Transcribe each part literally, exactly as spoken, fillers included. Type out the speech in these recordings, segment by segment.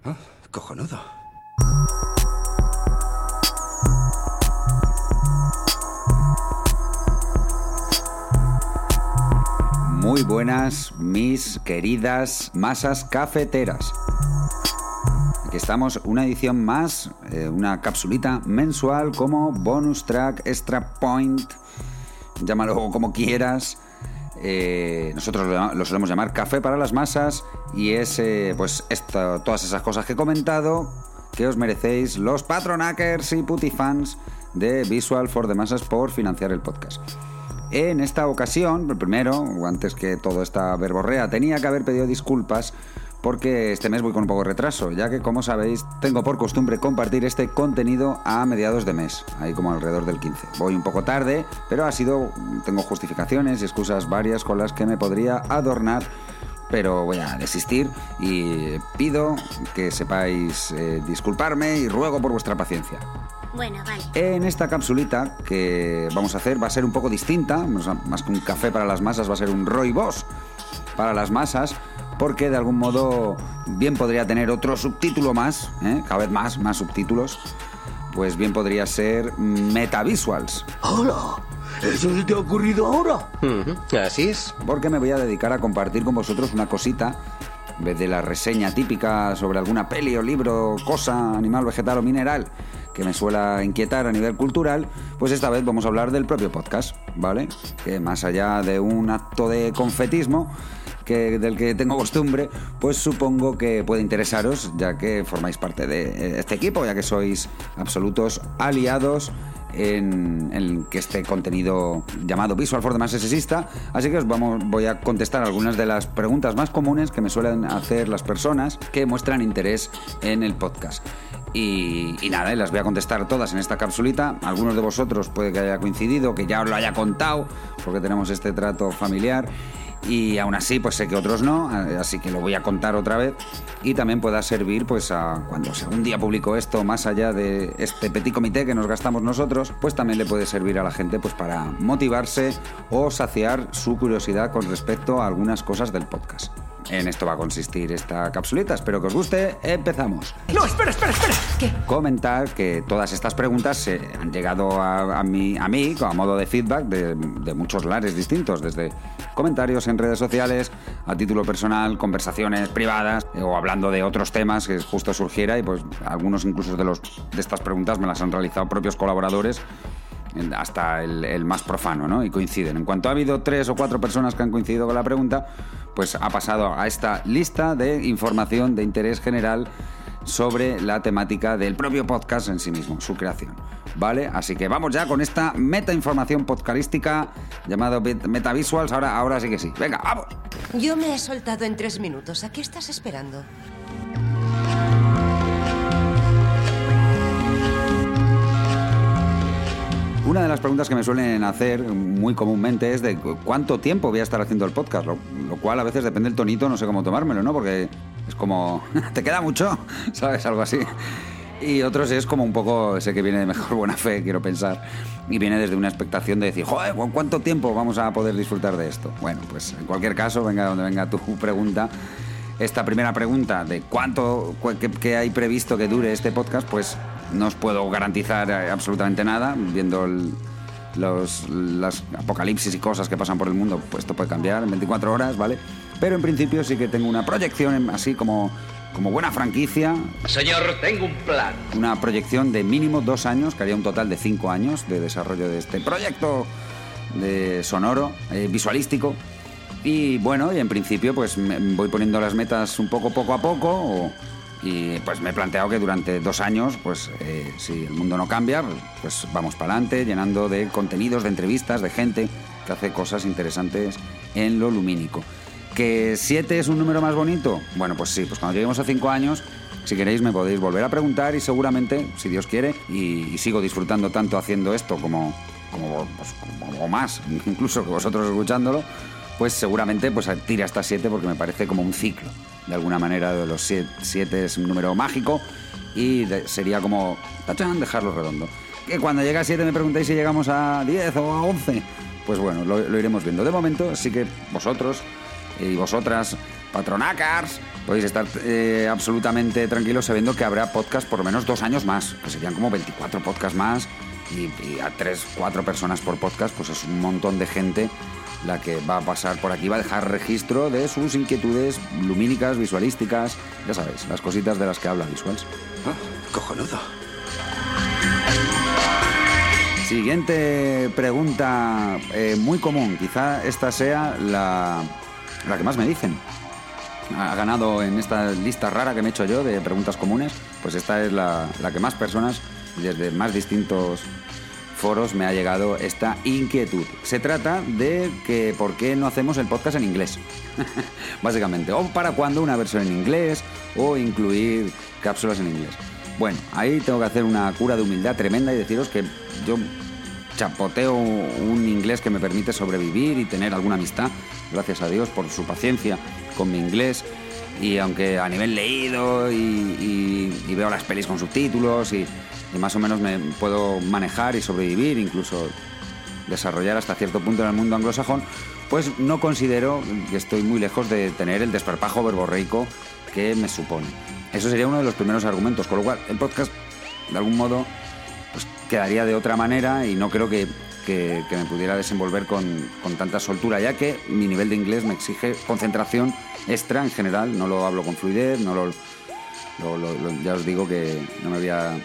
Ah, cojonudo. Muy buenas, mis queridas masas cafeteras. Aquí estamos, una edición más, eh, una capsulita mensual como bonus track, extra point, llámalo como quieras. Eh, nosotros lo, lo solemos llamar café para las masas y es eh, pues esto, todas esas cosas que he comentado que os merecéis los patronackers y putifans de Visual for the Masses por financiar el podcast. En esta ocasión, primero, o antes que toda esta verborrea, tenía que haber pedido disculpas porque este mes voy con un poco de retraso, ya que, como sabéis, tengo por costumbre compartir este contenido a mediados de mes, ahí como alrededor del quince. Voy un poco tarde, pero ha sido, tengo justificaciones y excusas varias con las que me podría adornar, pero voy a desistir y pido que sepáis eh, disculparme y ruego por vuestra paciencia. Bueno, vale. En esta capsulita que vamos a hacer va a ser un poco distinta, más que un café para las masas, va a ser un rooibos para las masas, porque de algún modo bien podría tener otro subtítulo más, ¿eh? Cada vez más, más subtítulos, pues bien podría ser Metavisuals. ¡Hola! ¿Eso se te ha ocurrido ahora? Uh-huh. Así es. Porque me voy a dedicar a compartir con vosotros una cosita, en vez de la reseña típica sobre alguna peli o libro, cosa, animal, vegetal o mineral, que me suele inquietar a nivel cultural, pues esta vez vamos a hablar del propio podcast, ¿vale? Que más allá de un acto de confetismo, que del que tengo costumbre, pues supongo que puede interesaros, ya que formáis parte de este equipo, ya que sois absolutos aliados en, en que este contenido llamado Visual for the Masses exista. Así que os vamos, voy a contestar algunas de las preguntas más comunes que me suelen hacer las personas que muestran interés en el podcast. Y, y nada, y las voy a contestar todas en esta capsulita. Algunos de vosotros puede que haya coincidido, que ya os lo haya contado, porque tenemos este trato familiar. Y aún así, pues sé que otros no, así que lo voy a contar otra vez y también pueda servir, pues a cuando si algún día publico esto, más allá de este petit comité que nos gastamos nosotros, pues también le puede servir a la gente pues para motivarse o saciar su curiosidad con respecto a algunas cosas del podcast. En esto va a consistir esta capsulita, espero que os guste. Empezamos. No, espera, espera, espera. ¿Qué? Comentar que todas estas preguntas se han llegado a, a, mí, a mí a modo de feedback de, de muchos lares distintos, desde comentarios en redes sociales, a título personal, conversaciones privadas eh, o hablando de otros temas que justo surgiera, y pues algunos incluso de, los, de estas preguntas me las han realizado propios colaboradores, hasta el, el más profano, ¿no? Y coinciden. En cuanto ha habido tres o cuatro personas que han coincidido con la pregunta, pues ha pasado a esta lista de información de interés general sobre la temática del propio podcast en sí mismo, su creación, ¿vale? Así que vamos ya con esta meta información podcastística llamado Metavisuals. Ahora, ahora sí que sí. Venga, vamos. Yo me he soltado en tres minutos. ¿A qué estás esperando? Una de las preguntas que me suelen hacer muy comúnmente es de cuánto tiempo voy a estar haciendo el podcast, lo, lo cual a veces depende del tonito, no sé cómo tomármelo, ¿no? Porque es como, ¿te queda mucho? ¿Sabes? Algo así. Y otros es como un poco, sé que viene de mejor buena fe, quiero pensar, y viene desde una expectación de decir, joder, ¿cuánto tiempo vamos a poder disfrutar de esto? Bueno, pues en cualquier caso, venga donde venga tu pregunta, esta primera pregunta de cuánto, qué, qué hay previsto que dure este podcast, pues no os puedo garantizar absolutamente nada, viendo el, los, las apocalipsis y cosas que pasan por el mundo, pues esto puede cambiar en veinticuatro horas, ¿vale? Pero en principio sí que tengo una proyección así como, como buena franquicia. Señor, tengo un plan. Una proyección de mínimo dos años, que haría un total de cinco años de desarrollo de este proyecto de sonoro, eh, visualístico. Y bueno, y en principio pues me voy poniendo las metas un poco poco a poco o, y pues me he planteado que durante dos años, pues eh, si el mundo no cambia, pues vamos para adelante llenando de contenidos, de entrevistas, de gente que hace cosas interesantes en lo lumínico. ¿Que siete es un número más bonito? Bueno, pues sí, pues cuando lleguemos a cinco años, si queréis me podéis volver a preguntar y seguramente, si Dios quiere, y, y sigo disfrutando tanto haciendo esto como, como, pues, como más, incluso que vosotros escuchándolo, pues seguramente pues tire hasta siete porque me parece como un ciclo. De alguna manera de los siete es un número mágico y de, sería como tachán, dejarlo redondo. Que cuando llegue a siete me preguntáis si llegamos a diez o a once. Pues bueno, lo, lo iremos viendo. De momento sí que vosotros y vosotras patronacars, podéis estar eh, absolutamente tranquilos sabiendo que habrá podcast por lo menos dos años más, que serían como veinticuatro podcasts más, y, y a tres, cuatro personas por podcast, pues es un montón de gente la que va a pasar por aquí, va a dejar registro de sus inquietudes lumínicas, visualísticas, ya sabéis, las cositas de las que habla Visuals. Ah, cojonudo. Siguiente pregunta, eh, muy común, quizá esta sea la, la que más me dicen. Ha ganado en esta lista rara que me he hecho yo de preguntas comunes, pues esta es la, la que más personas, desde más distintos foros, me ha llegado esta inquietud. Se trata de que por qué no hacemos el podcast en inglés, básicamente, o para cuándo una versión en inglés, o incluir cápsulas en inglés. Bueno, ahí tengo que hacer una cura de humildad tremenda y deciros que yo chapoteo un inglés que me permite sobrevivir y tener alguna amistad, gracias a Dios por su paciencia con mi inglés, y aunque a nivel leído y, y, y veo las pelis con subtítulos y, y más o menos me puedo manejar y sobrevivir, incluso desarrollar hasta cierto punto en el mundo anglosajón, pues no considero que estoy muy lejos de tener el desparpajo verborreico que me supone. Eso sería uno de los primeros argumentos, con lo cual el podcast, de algún modo, pues quedaría de otra manera y no creo que, que, que me pudiera desenvolver con, con tanta soltura, ya que mi nivel de inglés me exige concentración extra en general, no lo hablo con fluidez, no lo, lo, lo, lo ya os digo que no me voy a...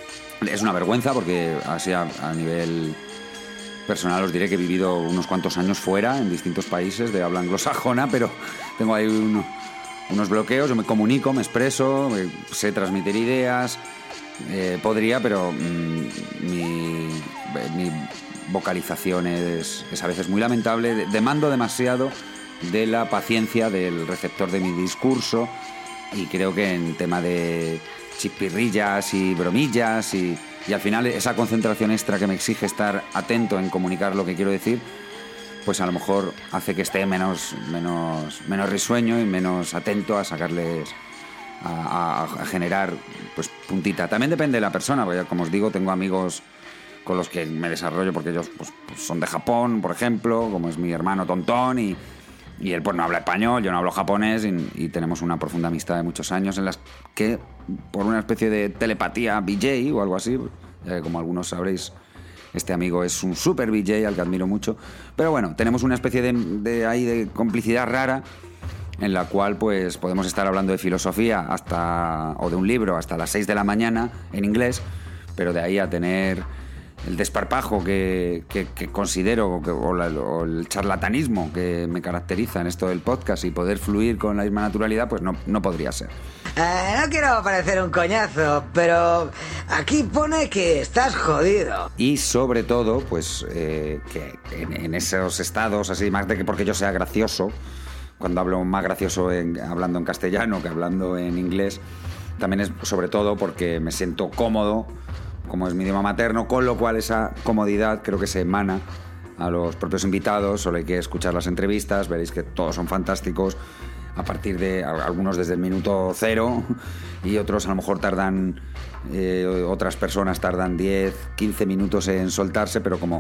Es una vergüenza porque así a, a nivel personal os diré que he vivido unos cuantos años fuera, en distintos países de habla anglosajona, pero tengo ahí un... unos bloqueos, yo me comunico, me expreso, me, sé transmitir ideas, eh, podría, pero mmm, mi, mi vocalización es, es a veces muy lamentable, de, demando demasiado de la paciencia del receptor de mi discurso, y creo que en tema de chispirrillas y bromillas y, y al final esa concentración extra que me exige estar atento en comunicar lo que quiero decir, pues a lo mejor hace que esté menos, menos, menos risueño y menos atento a sacarles, a, a, a generar pues puntita. También depende de la persona, porque como os digo, tengo amigos con los que me desarrollo porque ellos pues, pues son de Japón, por ejemplo, como es mi hermano Tontón, y, y él pues no habla español, yo no hablo japonés, y, y tenemos una profunda amistad de muchos años en las que, por una especie de telepatía B J o algo así, eh, como algunos sabréis, este amigo es un super V J al que admiro mucho. Pero bueno, tenemos una especie de, de, ahí de complicidad rara en la cual pues podemos estar hablando de filosofía hasta o de un libro hasta las seis de la mañana en inglés, pero de ahí a tener el desparpajo que, que, que considero que, o, la, o el charlatanismo que me caracteriza en esto del podcast y poder fluir con la misma naturalidad, pues no, no podría ser. Eh, no quiero parecer un coñazo, pero aquí pone que estás jodido. Y sobre todo, pues eh, que en, en esos estados así, más de que porque yo sea gracioso, cuando hablo más gracioso en, hablando en castellano que hablando en inglés, también es sobre todo porque me siento cómodo, como es mi idioma materno, con lo cual esa comodidad creo que se emana a los propios invitados. Solo hay que escuchar las entrevistas, veréis que todos son fantásticos, a partir de algunos desde el minuto cero, y otros a lo mejor tardan, eh, otras personas tardan diez, quince minutos en soltarse, pero como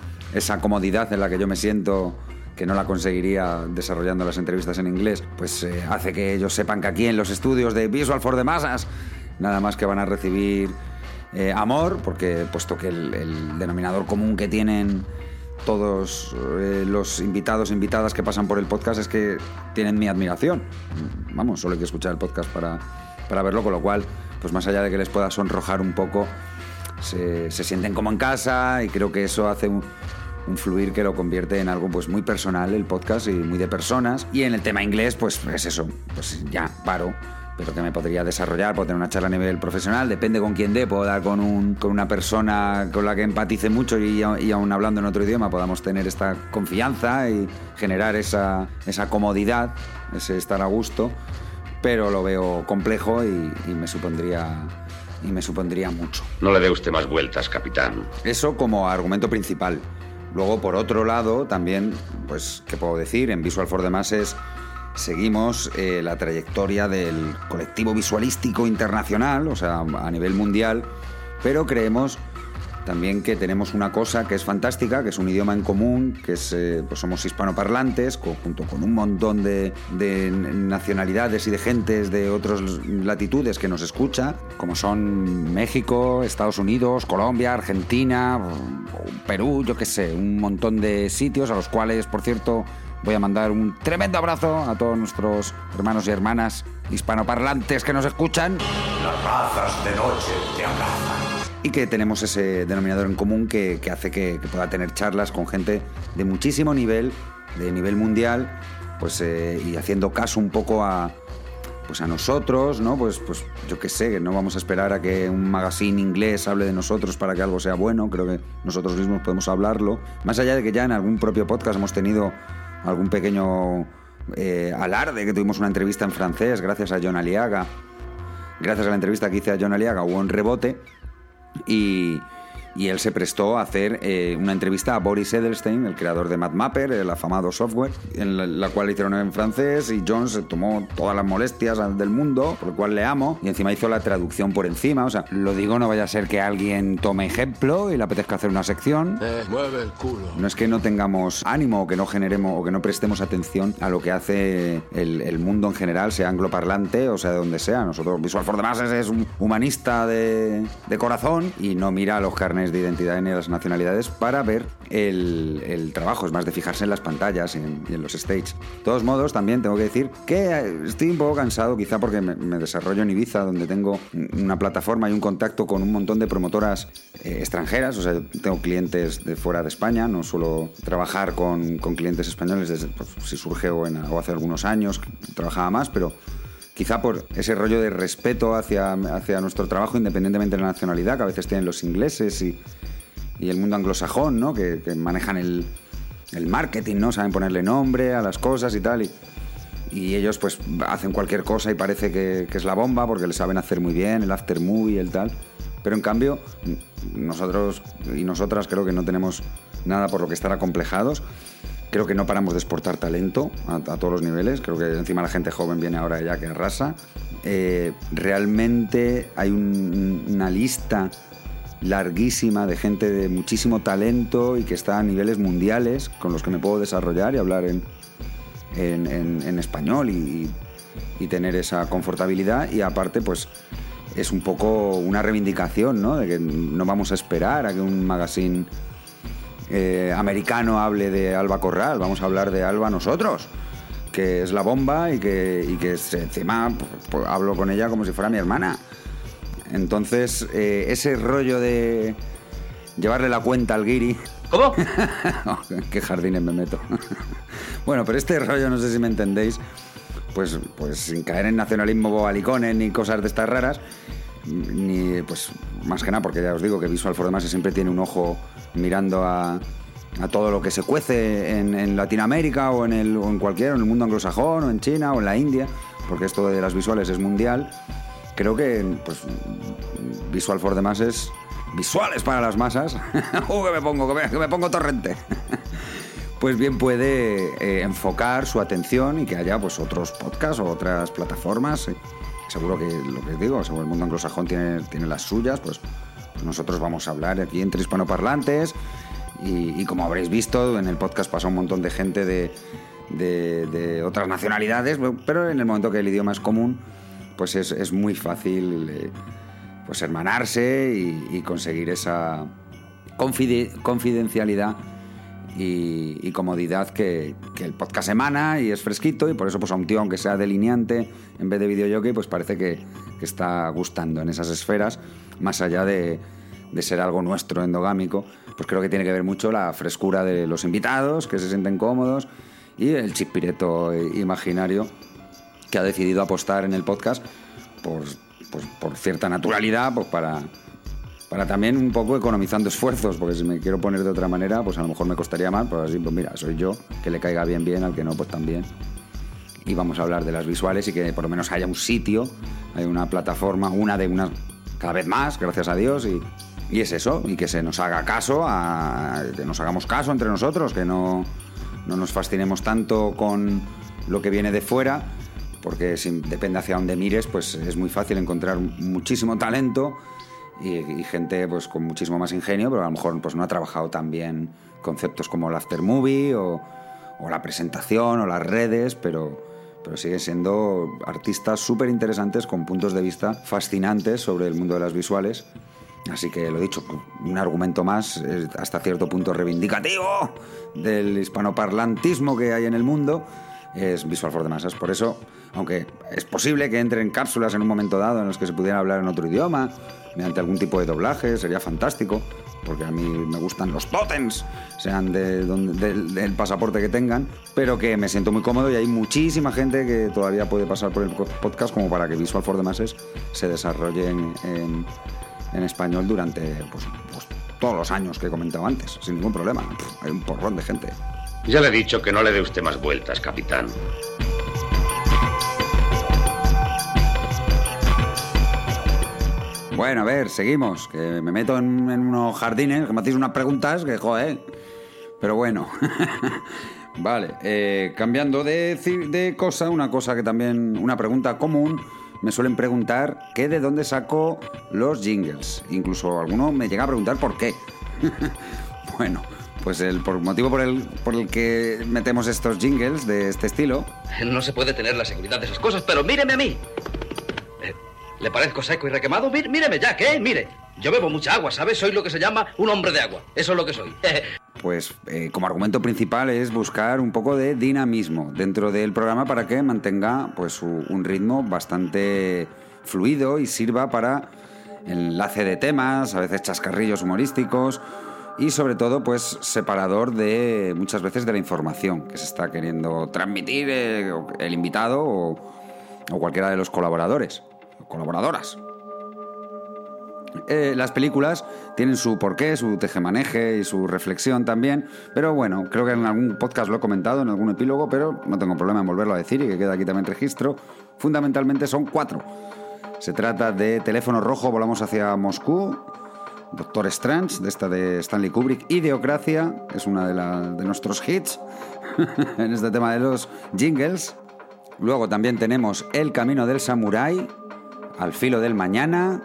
esa comodidad en la que yo me siento, que no la conseguiría desarrollando las entrevistas en inglés, pues eh, hace que ellos sepan que aquí en los estudios de Visual for the Masses nada más que van a recibir eh, amor, porque puesto que el, el denominador común que tienen todos eh, los invitados e invitadas que pasan por el podcast es que tienen mi admiración. Vamos, solo hay que escuchar el podcast para, para verlo, con lo cual, pues más allá de que les pueda sonrojar un poco, se, se sienten como en casa, y creo que eso hace un, un fluir que lo convierte en algo pues muy personal el podcast y muy de personas. Y en el tema inglés, pues es eso, pues ya paro, pero que me podría desarrollar, puedo tener una charla a nivel profesional, depende con quién dé, puedo dar con, un, con una persona con la que empatice mucho y, y aún hablando en otro idioma podamos tener esta confianza y generar esa, esa comodidad, ese estar a gusto, pero lo veo complejo y, y me supondría y me supondría mucho. No le dé usted más vueltas, capitán. Eso como argumento principal. Luego, por otro lado, también, pues, ¿qué puedo decir? En Visual for the Masses seguimos eh, la trayectoria del colectivo visualístico internacional, o sea, a nivel mundial, pero creemos también que tenemos una cosa que es fantástica, que es un idioma en común, que es, eh, pues somos hispanoparlantes, co- junto con un montón de, de nacionalidades y de gentes de otras latitudes que nos escucha, como son México, Estados Unidos, Colombia, Argentina, Perú, yo qué sé, un montón de sitios a los cuales, por cierto, voy a mandar un tremendo abrazo a todos nuestros hermanos y hermanas hispanoparlantes que nos escuchan. Las razas de noche te abrazan. Y que tenemos ese denominador en común que, que hace que, que pueda tener charlas con gente de muchísimo nivel, de nivel mundial, pues eh, y haciendo caso un poco a, pues a nosotros, ¿no? Pues, pues yo qué sé, que no vamos a esperar a que un magazine inglés hable de nosotros para que algo sea bueno. Creo que nosotros mismos podemos hablarlo. Más allá de que ya en algún propio podcast hemos tenido algún pequeño eh, alarde, que tuvimos una entrevista en francés gracias a John Aliaga. Gracias a la entrevista que hice a John Aliaga hubo un rebote. Y, y él se prestó a hacer eh, una entrevista a Boris Edelstein, el creador de MadMapper, el afamado software, en la, la cual hicieron en francés, y John se tomó todas las molestias del mundo, por lo cual le amo, y encima hizo la traducción por encima. O sea, lo digo, no vaya a ser que alguien tome ejemplo y le apetezca hacer una sección. Eh, mueve el culo. No es que no tengamos ánimo o que no generemos o que no prestemos atención a lo que hace el, el mundo en general, sea angloparlante o sea de donde sea. Nosotros, Visual for the Masses es un humanista de, de corazón y no mira los carnés de identidad ni las nacionalidades para ver el, el trabajo. Es más de fijarse en las pantallas y en, y en los stages. De todos modos, también tengo que decir que estoy un poco cansado, quizá porque me, me desarrollo en Ibiza, donde tengo una plataforma y un contacto con un montón de promotoras eh, extranjeras. O sea, yo tengo clientes de fuera de España, no suelo trabajar con, con clientes españoles desde, pues, si surge o, en, o hace algunos años trabajaba más, pero quizá por ese rollo de respeto hacia, hacia nuestro trabajo, independientemente de la nacionalidad, que a veces tienen los ingleses y, y el mundo anglosajón, ¿no? Que, que manejan el, el marketing, ¿no? Saben ponerle nombre a las cosas y tal, y, y ellos pues hacen cualquier cosa y parece que, que es la bomba porque le saben hacer muy bien, el after movie, el tal. Pero en cambio, nosotros y nosotras creo que no tenemos nada por lo que estar acomplejados. Creo que no paramos de exportar talento a, a todos los niveles. Creo que encima la gente joven viene ahora ya que arrasa. Eh, realmente hay un, una lista larguísima de gente de muchísimo talento y que está a niveles mundiales con los que me puedo desarrollar y hablar en, en, en, en español y, y tener esa confortabilidad. Y aparte, pues es un poco una reivindicación, ¿no? De que no vamos a esperar a que un magazine Eh, americano hable de Alba Corral, vamos a hablar de Alba nosotros, que es la bomba y que, y que se, encima pues, pues, hablo con ella como si fuera mi hermana. Entonces, eh, ese rollo de llevarle la cuenta al guiri... ¿Cómo? Oh, qué jardines me meto. Bueno, pero este rollo, no sé si me entendéis, pues, pues sin caer en nacionalismo bobalicones ni cosas de estas raras, ni pues más que nada porque ya os digo que Visual for the Masses siempre tiene un ojo mirando a, a todo lo que se cuece en, en Latinoamérica o en, el, o en cualquier, en el mundo anglosajón o en China o en la India, porque esto de las visuales es mundial. Creo que pues Visual for the Masses, visuales para las masas, uh, que me pongo, que me, que me pongo torrente. Pues bien puede eh, enfocar su atención y que haya pues otros podcasts o otras plataformas. Eh. Seguro que lo que digo, seguro el mundo anglosajón tiene, tiene las suyas, pues, pues nosotros vamos a hablar aquí entre hispanoparlantes y, y como habréis visto, en el podcast pasa un montón de gente de, de, de otras nacionalidades, pero en el momento que el idioma es común, pues es, es muy fácil eh, pues hermanarse y, y conseguir esa confide, confidencialidad y, y comodidad que, que el podcast emana y es fresquito, y por eso pues a un tío, aunque sea delineante en vez de videojockey, pues parece que, que está gustando en esas esferas, más allá de, de ser algo nuestro endogámico. Pues creo que tiene que ver mucho la frescura de los invitados, que se sienten cómodos, y el chispireto imaginario que ha decidido apostar en el podcast por, por, por cierta naturalidad, pues para... para también un poco economizando esfuerzos, porque si me quiero poner de otra manera, pues a lo mejor me costaría más, pues así, pues mira, soy yo, que le caiga bien bien, al que no, pues también. Y vamos a hablar de las visuales y que por lo menos haya un sitio, hay una plataforma, una de una, cada vez más, gracias a Dios, y, y es eso, y que se nos haga caso, a, que nos hagamos caso entre nosotros, que no, no nos fascinemos tanto con lo que viene de fuera, porque si depende hacia dónde mires, pues es muy fácil encontrar muchísimo talento y, y gente pues con muchísimo más ingenio, pero a lo mejor pues no ha trabajado tan bien conceptos como el aftermovie o, o la presentación o las redes, pero, pero siguen siendo artistas súper interesantes con puntos de vista fascinantes sobre el mundo de las visuales. Así que, lo dicho, un argumento más, eh, hasta cierto punto reivindicativo del hispanoparlantismo que hay en el mundo, es Visual for the Masses. Por eso, aunque es posible que entren cápsulas en un momento dado en los que se pudiera hablar en otro idioma, mediante algún tipo de doblaje, sería fantástico, porque a mí me gustan los tótems, sean de donde, del, del pasaporte que tengan, pero que me siento muy cómodo y hay muchísima gente que todavía puede pasar por el podcast como para que Visual for the Masses se desarrolle en... en en español durante pues, pues, todos los años que he comentado antes, sin ningún problema. Pff, hay un porrón de gente. Ya le he dicho que no le dé usted más vueltas, capitán. Bueno, a ver, seguimos, que me meto en, en unos jardines, que me hacéis unas preguntas que, joder, pero bueno. Vale, eh, cambiando de, de cosa, una cosa que también, una pregunta común. Me suelen preguntar que de dónde saco los jingles. Incluso alguno me llega a preguntar por qué. Bueno, pues el por motivo por el, por el que metemos estos jingles de este estilo... No se puede tener la seguridad de esas cosas, pero míreme a mí. Eh, ¿Le parezco seco y requemado? Mí, míreme ya, ¿qué? Mire, yo bebo mucha agua, ¿sabes? Soy lo que se llama un hombre de agua. Eso es lo que soy. Pues eh, como argumento principal es buscar un poco de dinamismo dentro del programa para que mantenga pues un ritmo bastante fluido y sirva para enlace de temas, a veces chascarrillos humorísticos y sobre todo pues separador de muchas veces de la información que se está queriendo transmitir eh, el invitado o, o cualquiera de los colaboradores o colaboradoras. Eh, las películas tienen su porqué, su tejemaneje y su reflexión también, pero bueno, creo que en algún podcast lo he comentado, en algún epílogo, pero no tengo problema en volverlo a decir y que queda aquí también registro. Fundamentalmente son cuatro. Se trata de Teléfono Rojo, Volamos hacia Moscú, Doctor Strange, de esta de Stanley Kubrick, Ideocracia, es una de, la, de nuestros hits en este tema de los jingles. Luego también tenemos El Camino del Samurái, Al Filo del Mañana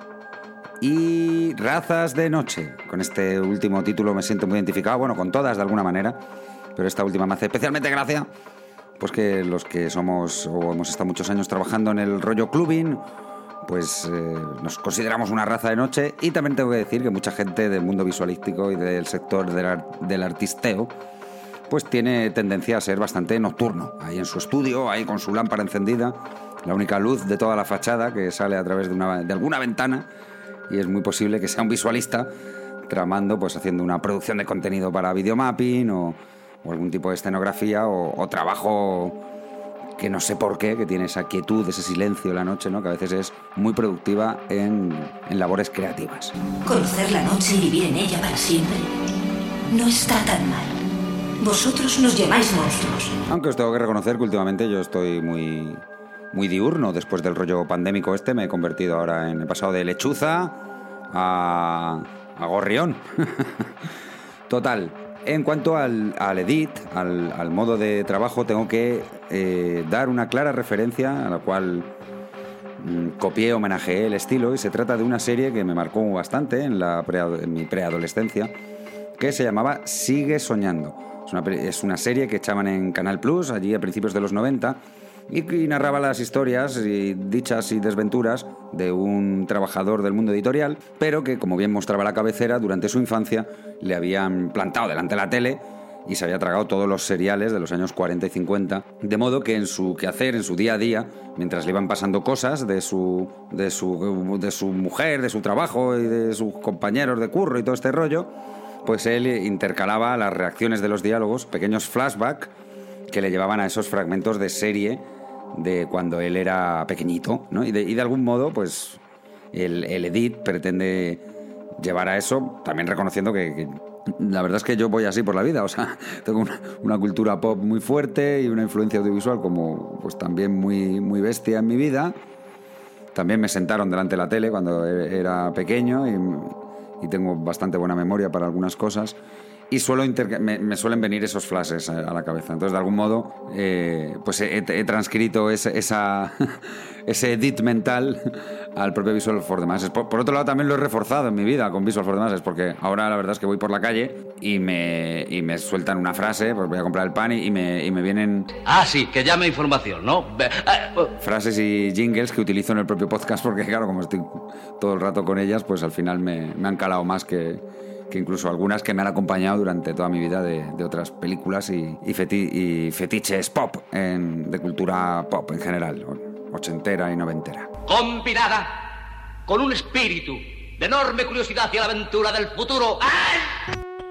y Razas de Noche. Con este último título me siento muy identificado, bueno, con todas de alguna manera, pero esta última me hace especialmente gracia, pues que los que somos o hemos estado muchos años trabajando en el rollo clubbing, pues eh, nos consideramos una raza de noche. Y también tengo que decir que mucha gente del mundo visualístico y del sector del, art- del artisteo pues tiene tendencia a ser bastante nocturno, ahí en su estudio, ahí con su lámpara encendida, la única luz de toda la fachada que sale a través de, una, de alguna ventana, y es muy posible que sea un visualista tramando, pues haciendo una producción de contenido para videomapping o, o algún tipo de escenografía o, o trabajo que no sé por qué, que tiene esa quietud, ese silencio en la noche, ¿no? Que a veces es muy productiva en, en labores creativas. Conocer la noche y vivir en ella para siempre no está tan mal. Vosotros nos llamáis monstruos. Aunque os tengo que reconocer que últimamente yo estoy muy... muy diurno. Después del rollo pandémico este me he convertido ahora en... he pasado de lechuza a, a gorrión. Total, en cuanto al, al edit, al, al modo de trabajo, tengo que eh, dar una clara referencia a la cual mmm, copié, homenajeé el estilo, y se trata de una serie que me marcó bastante en, la pre, en mi preadolescencia, que se llamaba Sigue Soñando. Es una, es una serie que echaban en Canal Plus allí a principios de los noventa, y narraba las historias y dichas y desventuras de un trabajador del mundo editorial, pero que, como bien mostraba la cabecera, durante su infancia le habían plantado delante de la tele y se había tragado todos los seriales de los años cuarenta y cincuenta, de modo que en su quehacer, en su día a día, mientras le iban pasando cosas de su, de su, de su mujer, de su trabajo y de sus compañeros de curro y todo este rollo, pues él intercalaba las reacciones de los diálogos, pequeños flashbacks que le llevaban a esos fragmentos de serie de cuando él era pequeñito, ¿no? Y de, y de algún modo, pues, el, el edit pretende llevar a eso, también reconociendo que, que la verdad es que yo voy así por la vida, o sea, tengo una, una cultura pop muy fuerte y una influencia audiovisual como, pues, también muy, muy bestia en mi vida. También me sentaron delante de la tele cuando era pequeño y, y tengo bastante buena memoria para algunas cosas. Y suelo interca- me, me suelen venir esos flashes a, a la cabeza. Entonces, de algún modo, eh, pues he, he transcrito ese, esa, ese edit mental al propio Visual for the Masses. Por, por otro lado, también lo he reforzado en mi vida con Visual for the Masses, porque ahora la verdad es que voy por la calle y me, y me sueltan una frase, pues voy a comprar el pan y, y, me, y me vienen... Ah, sí, que llame información, ¿no? Frases y jingles que utilizo en el propio podcast, porque claro, como estoy todo el rato con ellas, pues al final me, me han calado más que, que incluso algunas que me han acompañado durante toda mi vida de, de otras películas y, y, feti, y fetiches pop, en, de cultura pop en general, ochentera y noventera. Combinada con un espíritu de enorme curiosidad hacia la aventura del futuro. ¡Ay!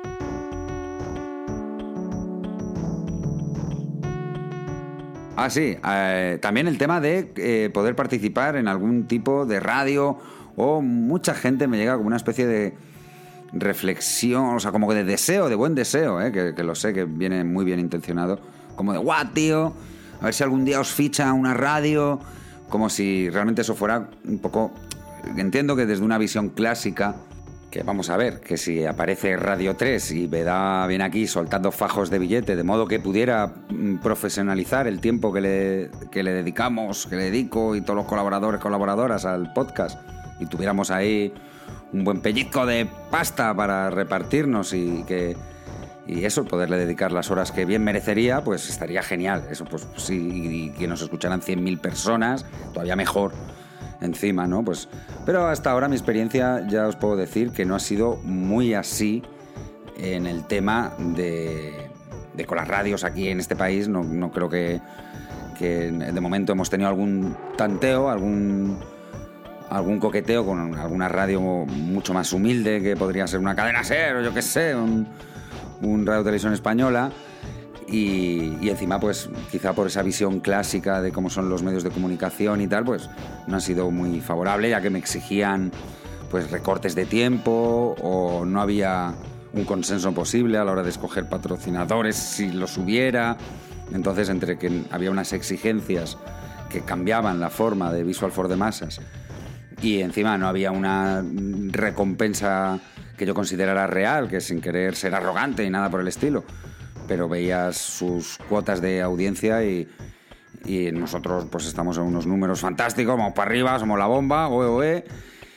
Ah, sí, eh, también el tema de eh, poder participar en algún tipo de radio, o mucha gente me llega como una especie de reflexión, o sea, como de deseo, de buen deseo, eh, que, que lo sé, que viene muy bien intencionado, como de, guau, tío, a ver si algún día os ficha una radio, como si realmente eso fuera un poco... Entiendo que desde una visión clásica, que vamos a ver, que si aparece Radio tres y me da bien aquí soltando fajos de billete, de modo que pudiera profesionalizar el tiempo que le, que le dedicamos, que le dedico y todos los colaboradores, colaboradoras al podcast, y tuviéramos ahí un buen pellizco de pasta para repartirnos y que y eso, poderle dedicar las horas que bien merecería, pues estaría genial. Eso, pues sí, y que nos escucharan cien mil personas, todavía mejor encima, ¿no? Pues, pero hasta ahora mi experiencia, ya os puedo decir que no ha sido muy así en el tema de, de con las radios aquí en este país. No, no creo que, que de momento hemos tenido algún tanteo, algún... algún coqueteo con alguna radio mucho más humilde, que podría ser una Cadena SER o yo qué sé, un, un Radio Televisión Española, y, y encima pues quizá por esa visión clásica de cómo son los medios de comunicación y tal, pues no ha sido muy favorable, ya que me exigían pues recortes de tiempo, o no había un consenso posible a la hora de escoger patrocinadores si los hubiera. Entonces, entre que había unas exigencias que cambiaban la forma de Visual for the Masses y encima no había una recompensa que yo considerara real, que sin querer ser arrogante y nada por el estilo, pero veías sus cuotas de audiencia y, y nosotros pues estamos en unos números fantásticos, vamos para arriba, somos la bomba, oe, oe,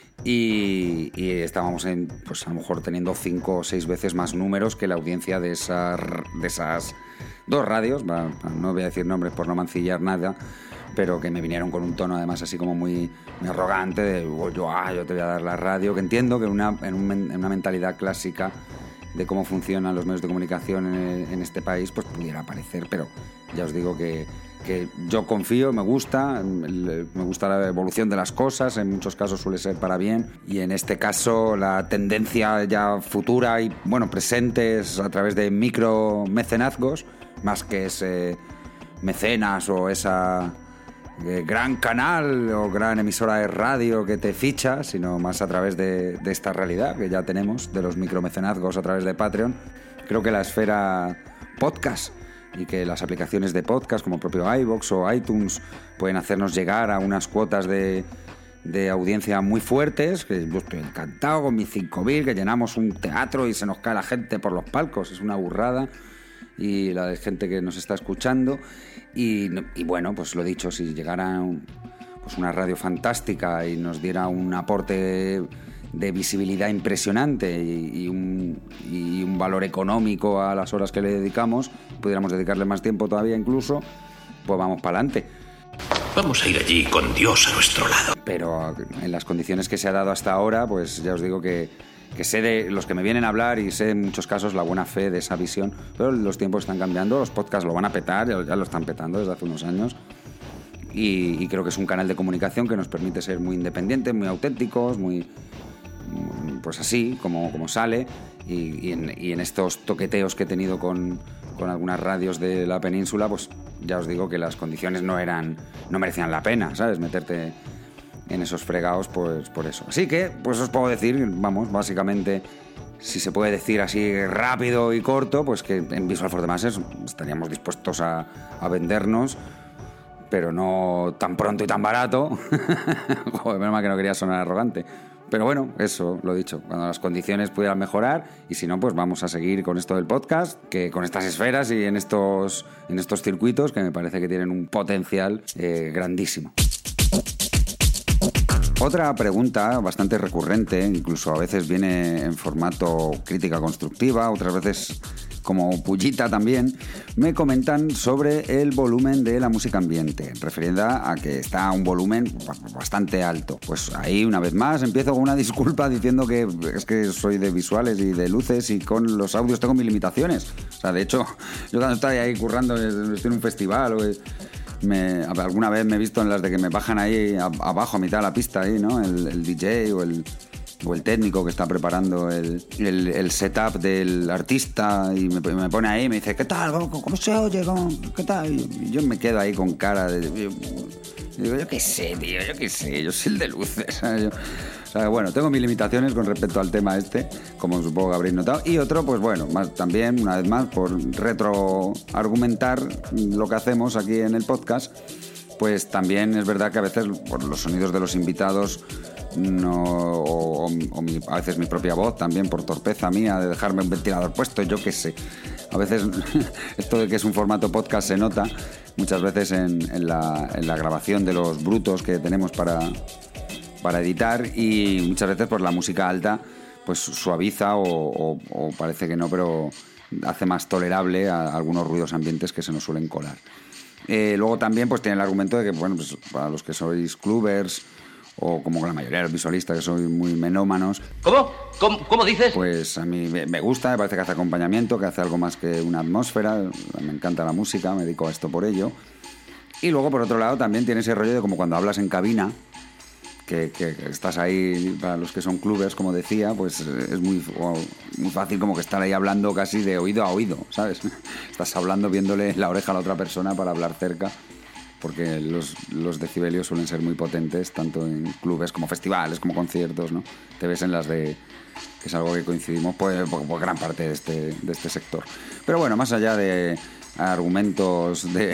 y, y estábamos en, pues a lo mejor teniendo cinco o seis veces más números que la audiencia de esas, de esas dos radios, no voy a decir nombres por no mancillar nada, pero que me vinieron con un tono además así como muy, muy arrogante de oh, yo, ah, yo te voy a dar la radio, que entiendo que una, en, un, en una mentalidad clásica de cómo funcionan los medios de comunicación en, en este país, pues pudiera parecer, pero ya os digo que, que yo confío, me gusta, me gusta la evolución de las cosas, en muchos casos suele ser para bien, y en este caso la tendencia ya futura y bueno, presente es a través de micro mecenazgos, más que ese mecenas o esa eh, gran canal o gran emisora de radio que te ficha, sino más a través de, de esta realidad que ya tenemos, de los micromecenazgos a través de Patreon. Creo que la esfera podcast y que las aplicaciones de podcast como propio iVoox o iTunes pueden hacernos llegar a unas cuotas de, de audiencia muy fuertes, que yo estoy encantado con mis cinco mil, que llenamos un teatro y se nos cae la gente por los palcos, es una burrada, y la de gente que nos está escuchando, y, y bueno, pues lo dicho, si llegara un, pues una radio fantástica y nos diera un aporte de visibilidad impresionante y, y, un, y un valor económico a las horas que le dedicamos, pudiéramos dedicarle más tiempo todavía incluso, pues vamos para adelante. Vamos a ir allí con Dios a nuestro lado. Pero en las condiciones que se ha dado hasta ahora, pues ya os digo que, que sé de los que me vienen a hablar y sé en muchos casos la buena fe de esa visión, pero los tiempos están cambiando, los podcasts lo van a petar, ya, ya lo están petando desde hace unos años, y, y creo que es un canal de comunicación que nos permite ser muy independientes, muy auténticos, muy... pues así, como, como sale, y, y, en, y en estos toqueteos que he tenido con, con algunas radios de la península, pues ya os digo que las condiciones no eran, no merecían la pena, ¿sabes? Meterte en esos fregados, pues por eso. Así que, pues os puedo decir, vamos, básicamente, si se puede decir así rápido y corto, pues que en Visual for the Masses estaríamos dispuestos a, a vendernos, pero no tan pronto y tan barato. Joder, menos mal que no quería sonar arrogante. Pero bueno, eso, lo dicho, cuando las condiciones pudieran mejorar, y si no, pues vamos a seguir con esto del podcast, que con estas esferas y en estos, en estos circuitos que me parece que tienen un potencial eh, grandísimo. Otra pregunta bastante recurrente, incluso a veces viene en formato crítica constructiva, otras veces como pullita también, me comentan sobre el volumen de la música ambiente, referida a que está a un volumen bastante alto. Pues ahí, una vez más, empiezo con una disculpa diciendo que es que soy de visuales y de luces y con los audios tengo mis limitaciones. O sea, de hecho, yo cuando estoy ahí currando, estoy en un festival o... Me, alguna vez me he visto en las de que me bajan ahí a, abajo a mitad de la pista ahí, ¿no? El, el D J o el, o el técnico que está preparando el, el, el setup del artista y me, me pone ahí y me dice, ¿qué tal? ¿Cómo, cómo se oye? ¿Cómo, ¿Qué tal? Y yo me quedo ahí con cara de... Yo, digo, yo qué sé, tío, yo qué sé, yo soy el de luces, ¿sabes? Yo, o sea, bueno, tengo mis limitaciones con respecto al tema este, como supongo que habréis notado. Y otro, pues bueno, más también, una vez más, por retroargumentar lo que hacemos aquí en el podcast, pues también es verdad que a veces por los sonidos de los invitados no, o, o mi, a veces mi propia voz también por torpeza mía de dejarme un ventilador puesto, yo qué sé. A veces esto de que es un formato podcast se nota muchas veces en, en, la, en la grabación de los brutos que tenemos para... para editar, y muchas veces pues la música alta pues suaviza o, o, o parece que no, pero hace más tolerable a algunos ruidos ambientes que se nos suelen colar. Eh, luego también pues tiene el argumento de que, bueno, pues para los que sois clubbers o como la mayoría de los visualistas que sois muy menómanos... ¿Cómo? ¿Cómo, ¿Cómo dices? Pues a mí me gusta, me parece que hace acompañamiento, que hace algo más que una atmósfera. Me encanta la música, me dedico a esto por ello. Y luego, por otro lado, también tiene ese rollo de como cuando hablas en cabina, Que, que, que estás ahí, para los que son clubes, como decía, pues es muy, muy fácil como que estar ahí hablando casi de oído a oído, ¿sabes? Estás hablando viéndole la oreja a la otra persona para hablar cerca, porque los, los decibelios suelen ser muy potentes, tanto en clubes como festivales, como conciertos, ¿no? Te ves en las de... que es algo que coincidimos pues, por, por gran parte de este, de este sector. Pero bueno, más allá de... argumentos de,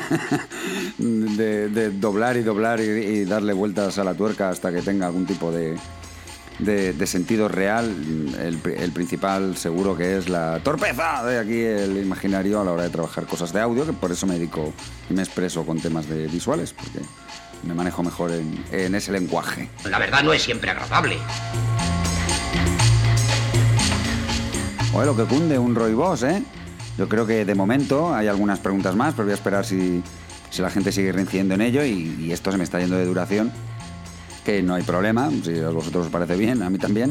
de, de doblar y doblar y, y darle vueltas a la tuerca hasta que tenga algún tipo de, de, de sentido real, el, el principal seguro que es la torpeza de aquí el imaginario a la hora de trabajar cosas de audio, que por eso me dedico y me expreso con temas de visuales, porque me manejo mejor en, en ese lenguaje. La verdad no es siempre agradable. Oye, lo que cunde un Roibos, ¿eh? Yo creo que de momento hay algunas preguntas más, pero voy a esperar si, si la gente sigue reincidiendo en ello y, y esto se me está yendo de duración, que no hay problema, si a vosotros os parece bien, a mí también.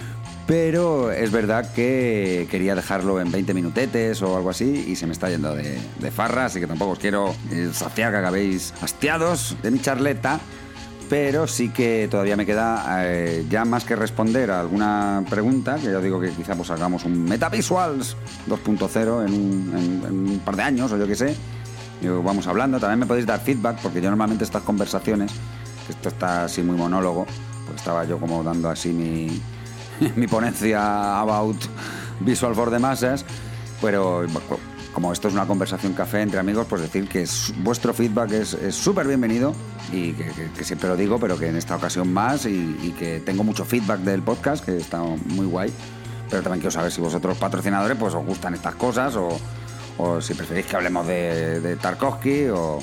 Pero es verdad que quería dejarlo en veinte minutetes o algo así y se me está yendo de, de farra, así que tampoco os quiero saciar que acabéis hastiados de mi charleta. Pero sí que todavía me queda eh, ya más que responder a alguna pregunta, que ya os digo que quizá pues hagamos un Metavisuals dos punto cero en un, en, en un par de años o yo qué sé. Y vamos hablando, también me podéis dar feedback, porque yo normalmente estas conversaciones, que esto está así muy monólogo, pues estaba yo como dando así mi, mi ponencia about Visual for the Masses, pero... como esto es una conversación café entre amigos, pues decir que es, vuestro feedback es súper bienvenido y que, que, que siempre lo digo, pero que en esta ocasión más y, y que tengo mucho feedback del podcast, que está muy guay, pero también quiero saber si vosotros patrocinadores pues os gustan estas cosas o, o si preferís que hablemos de, de Tarkovsky o...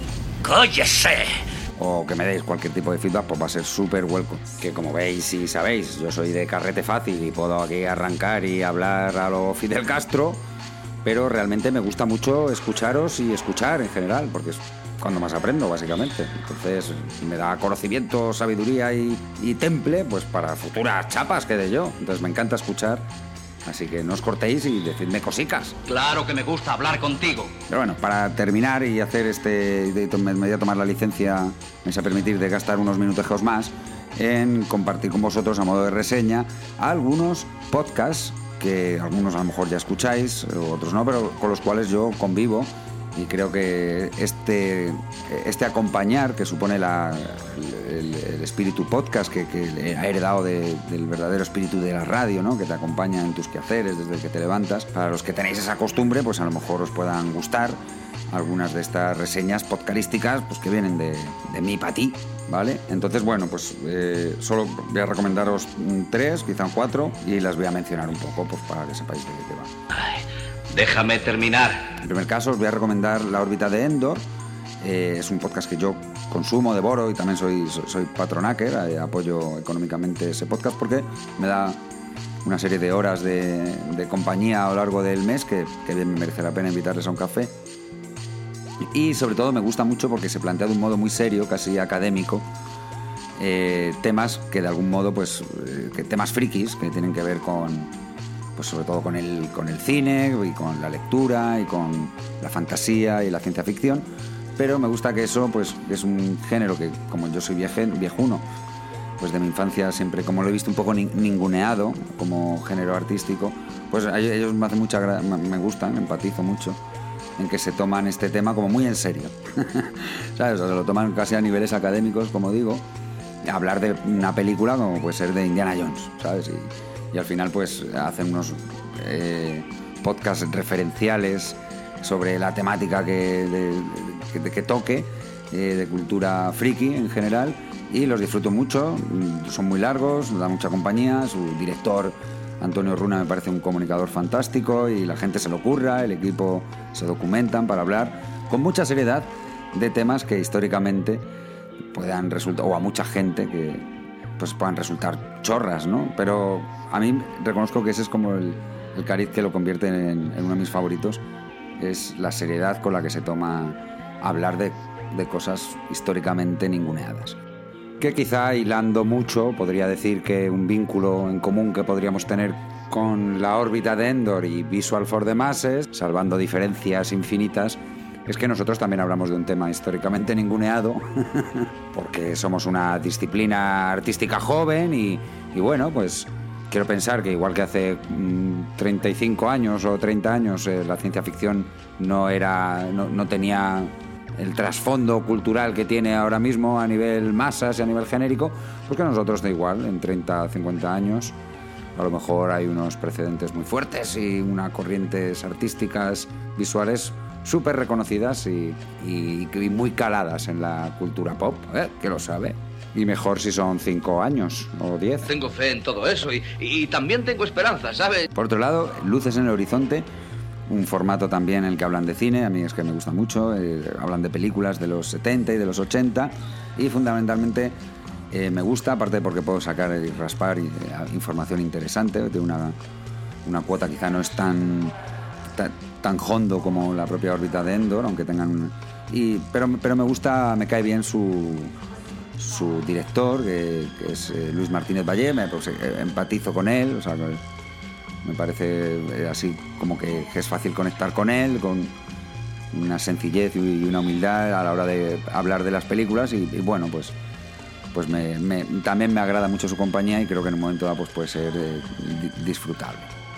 ¡Cállese! O que me deis cualquier tipo de feedback, pues va a ser súper welcome. Que como veis y sabéis, yo soy de carrete fácil y puedo aquí arrancar y hablar a lo Fidel Castro, pero realmente me gusta mucho escucharos y escuchar en general, porque es cuando más aprendo, básicamente. Entonces me da conocimiento, sabiduría y, y temple, pues para futuras chapas que de yo. Entonces me encanta escuchar, así que no os cortéis y decidme cosicas. Claro que me gusta hablar contigo. Pero bueno, para terminar y hacer este... me voy a tomar la licencia, me vais a permitir de gastar unos minutejos más en compartir con vosotros a modo de reseña algunos podcasts que algunos a lo mejor ya escucháis, otros no, pero con los cuales yo convivo y creo que este, este acompañar que supone la, el, el espíritu podcast que, que ha heredado de, del verdadero espíritu de la radio, ¿no? Que te acompaña en tus quehaceres desde que te levantas, para los que tenéis esa costumbre, pues a lo mejor os puedan gustar algunas de estas reseñas podcastísticas pues que vienen de, de mí para ti, ¿vale? Entonces, bueno, pues eh, solo voy a recomendaros tres, quizá cuatro, y las voy a mencionar un poco pues para que sepáis de qué va. Ay, déjame terminar. En primer caso os voy a recomendar La órbita de Endor. Eh, es un podcast que yo consumo, devoro y también soy, soy patronaker, eh, apoyo económicamente ese podcast porque me da una serie de horas de, de compañía a lo largo del mes que, que bien me merece la pena invitarles a un café. Y sobre todo me gusta mucho porque se plantea de un modo muy serio, casi académico, eh, temas que de algún modo, pues, eh, que temas frikis que tienen que ver con, pues sobre todo con el, con el cine y con la lectura y con la fantasía y la ciencia ficción. Pero me gusta que eso, pues, es un género que, como yo soy vieje, viejuno, pues de mi infancia siempre, como lo he visto un poco ninguneado como género artístico, pues a ellos me hacen mucha gra- me gustan, empatizo mucho en que se toman este tema como muy en serio. ¿Sabes? O sea, lo toman casi a niveles académicos, como digo, hablar de una película como puede ser de Indiana Jones, ¿sabes? Y, y al final pues hacen unos eh, podcasts referenciales sobre la temática que, de, de, que toque, eh, de cultura friki en general, y los disfruto mucho, son muy largos, da mucha compañía, su director Antonio Runa me parece un comunicador fantástico y la gente se lo curra, el equipo se documentan para hablar con mucha seriedad de temas que históricamente puedan resultar, o a mucha gente que pues puedan resultar chorras, ¿no? Pero a mí reconozco que ese es como el, el cariz que lo convierte en, en uno de mis favoritos, es la seriedad con la que se toma hablar de, de cosas históricamente ninguneadas. Que quizá hilando mucho podría decir que un vínculo en común que podríamos tener con la órbita de Endor y Visual for the Masses, salvando diferencias infinitas, es que nosotros también hablamos de un tema históricamente ninguneado, porque somos una disciplina artística joven y, y bueno, pues quiero pensar que igual que hace mmm, treinta y cinco años o treinta años eh, la ciencia ficción no, era, no, no tenía el trasfondo cultural que tiene ahora mismo a nivel masas y a nivel genérico, pues que nosotros da igual, en treinta, cincuenta años a lo mejor hay unos precedentes muy fuertes y unas corrientes artísticas visuales súper reconocidas y, y, y muy caladas en la cultura pop, ¿eh? Que lo sabe. Y mejor si son cinco años o diez. Tengo fe en todo eso y, y también tengo esperanza, ¿sabes? Por otro lado, Luces en el Horizonte, un formato también en el que hablan de cine, a mí es que me gusta mucho, eh, hablan de películas de los setenta y de los ochenta y fundamentalmente eh, me gusta, aparte porque puedo sacar y raspar y, eh, información interesante de una, una cuota quizá no es tan, tan, tan hondo como la propia órbita de Endor, aunque tengan un, y, pero, pero me gusta, me cae bien su, su director, que, que es eh, Luis Martínez Valle, me, pues, eh, empatizo con él, o sea, me parece así como que es fácil conectar con él, con una sencillez y una humildad a la hora de hablar de las películas y, y bueno, pues, pues me, me, también me agrada mucho su compañía y creo que en un momento dado pues puede ser eh, disfrutable.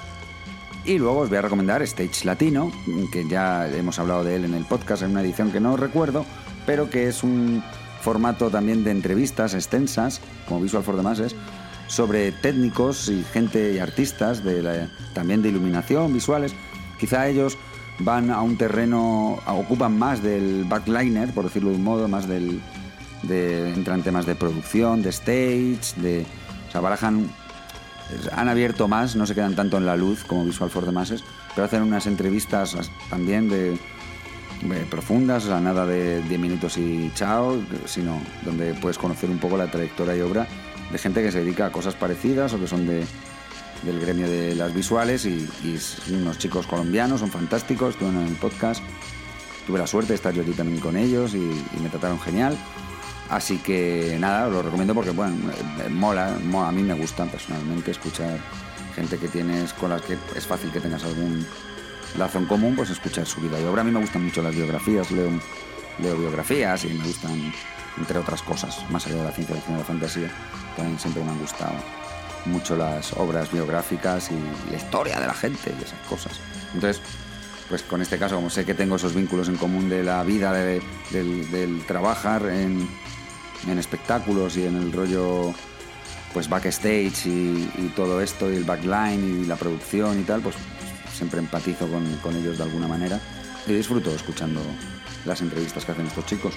Y luego os voy a recomendar Stage Latino, que ya hemos hablado de él en el podcast en una edición que no recuerdo, pero que es un formato también de entrevistas extensas, como Visual for the Masses, sobre técnicos y gente y artistas de la, también de iluminación, visuales. Quizá ellos van a un terreno, ocupan más del backliner, por decirlo de un modo, más del, de, entran temas de producción, de stage, de, o sea, barajan, han abierto más, no se quedan tanto en la luz como Visual for the Masses, pero hacen unas entrevistas también de, de profundas, o sea, nada de diez minutos y chao, sino donde puedes conocer un poco la trayectoria y obra de gente que se dedica a cosas parecidas o que son de, del gremio de las visuales y, y unos chicos colombianos, son fantásticos, estuvieron en el podcast, tuve la suerte de estar yo aquí también con ellos y, y me trataron genial, así que nada, os lo recomiendo porque bueno, mola, mola, a mí me gusta personalmente escuchar gente que tienes, con las que es fácil que tengas algún lazo en común, pues escuchar su vida y obra. A mí me gustan mucho las biografías, leo, leo biografías y me gustan, entre otras cosas, más allá de la ciencia ficción y la fantasía, también siempre me han gustado mucho las obras biográficas y la historia de la gente y esas cosas. Entonces, pues con este caso, como sé que tengo esos vínculos en común de la vida, de, del, del trabajar en, en espectáculos y en el rollo pues backstage y, y todo esto, y el backline y la producción y tal, pues siempre empatizo con, con ellos de alguna manera y disfruto escuchando las entrevistas que hacen estos chicos.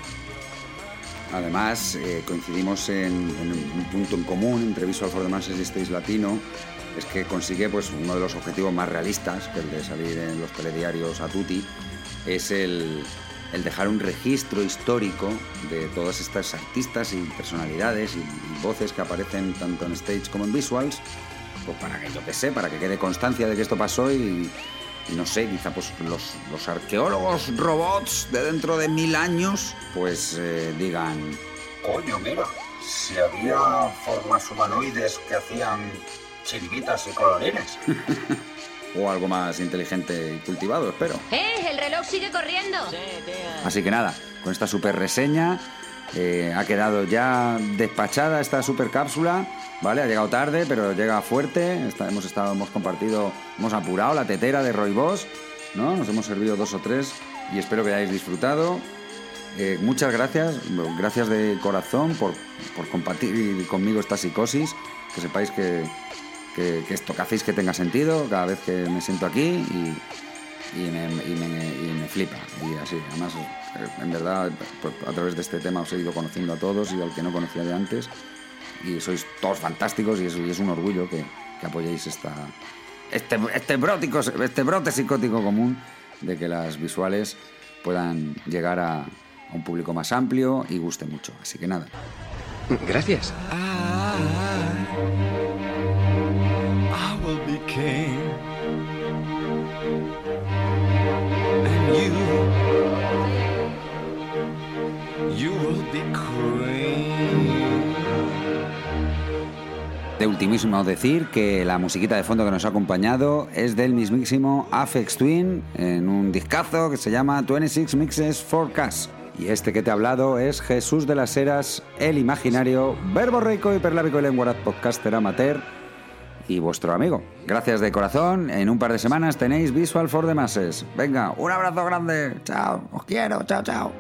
Además, eh, coincidimos en, en un punto en común entre Visual for the Masses y Stage Latino, es que consigue pues, uno de los objetivos más realistas, que el de salir en los telediarios a tutti, es el, el dejar un registro histórico de todas estas artistas y personalidades y, y voces que aparecen tanto en stage como en visuals, pues para que yo que sé, para que quede constancia de que esto pasó y, y no sé, quizá pues los, los arqueólogos robots de dentro de mil años pues eh, digan: coño, mira, si había formas humanoides que hacían chiribitas y colorines. O algo más inteligente y cultivado, espero. ¡Eh! ¡El reloj sigue corriendo! Así que nada, con esta super reseña eh, ha quedado ya despachada esta super cápsula, ¿vale? Ha llegado tarde, pero llega fuerte. Está, hemos estado, hemos compartido, hemos apurado la tetera de Roibos, ¿no? Nos hemos servido dos o tres y espero que hayáis disfrutado. Eh, muchas gracias, gracias de corazón por, por compartir conmigo esta psicosis. Que sepáis que... Que, que esto que hacéis que tenga sentido cada vez que me siento aquí y, y, me, y, me, y me flipa. Y así, además, en verdad, a través de este tema os he ido conociendo a todos y al que no conocía de antes. Y sois todos fantásticos y es, y es un orgullo que, que apoyéis esta, este, este, brótico, este brote psicótico común de que las visuales puedan llegar a, a un público más amplio y guste mucho. Así que nada. Gracias. I, I will be king, and you, you will be queen. De ultimísimo decir que la musiquita de fondo que nos ha acompañado es del mismísimo Aphex Twin en un discazo que se llama veintiséis Mixes for Cash. Y este que te he hablado es Jesús de las Heras, el imaginario, verborreico, hiperlábico y lenguaraz podcaster amateur y vuestro amigo. Gracias de corazón. En un par de semanas tenéis Visual for the Masses. Venga, un abrazo grande. Chao, os quiero. Chao, chao.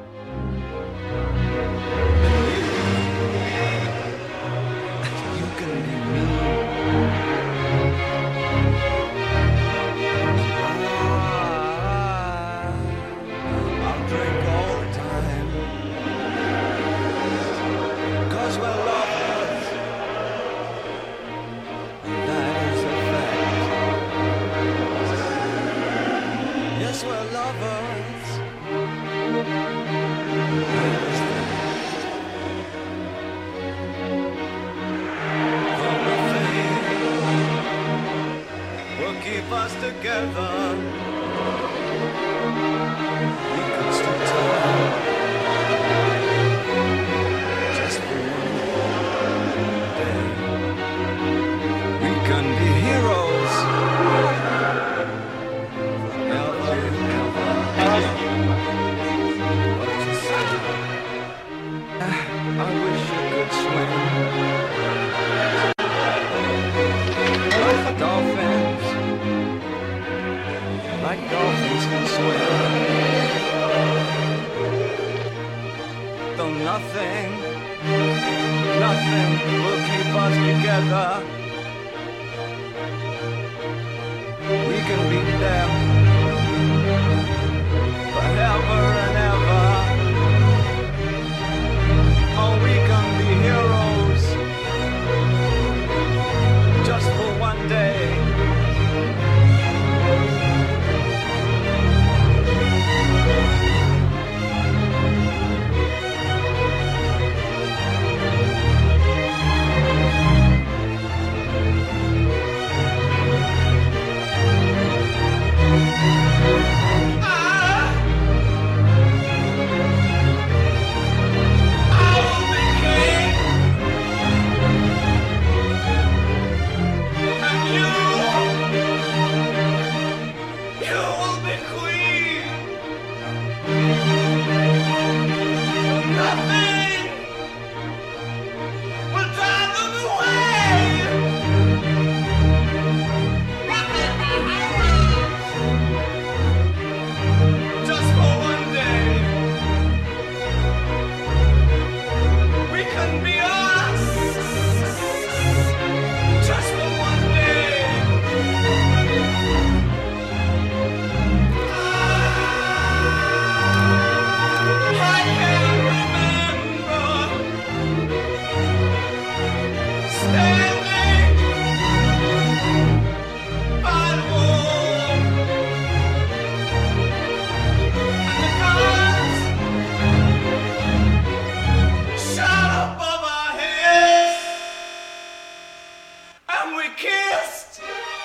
kissed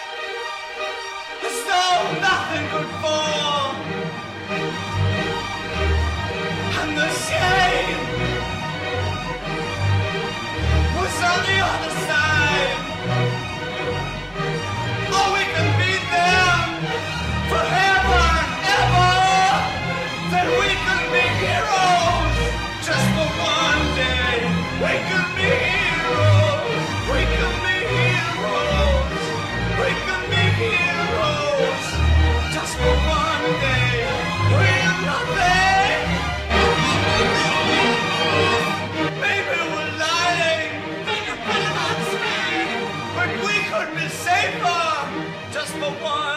as though nothing could fall, and the shame was on the other side. Oh, we can beat them forever and ever. Then we can be heroes just for one day. We can be heroes. We can be heroes. We can be heroes just for one day. We're nothing. Maybe we're lying. Then you better not speak. But we could be safer just for one.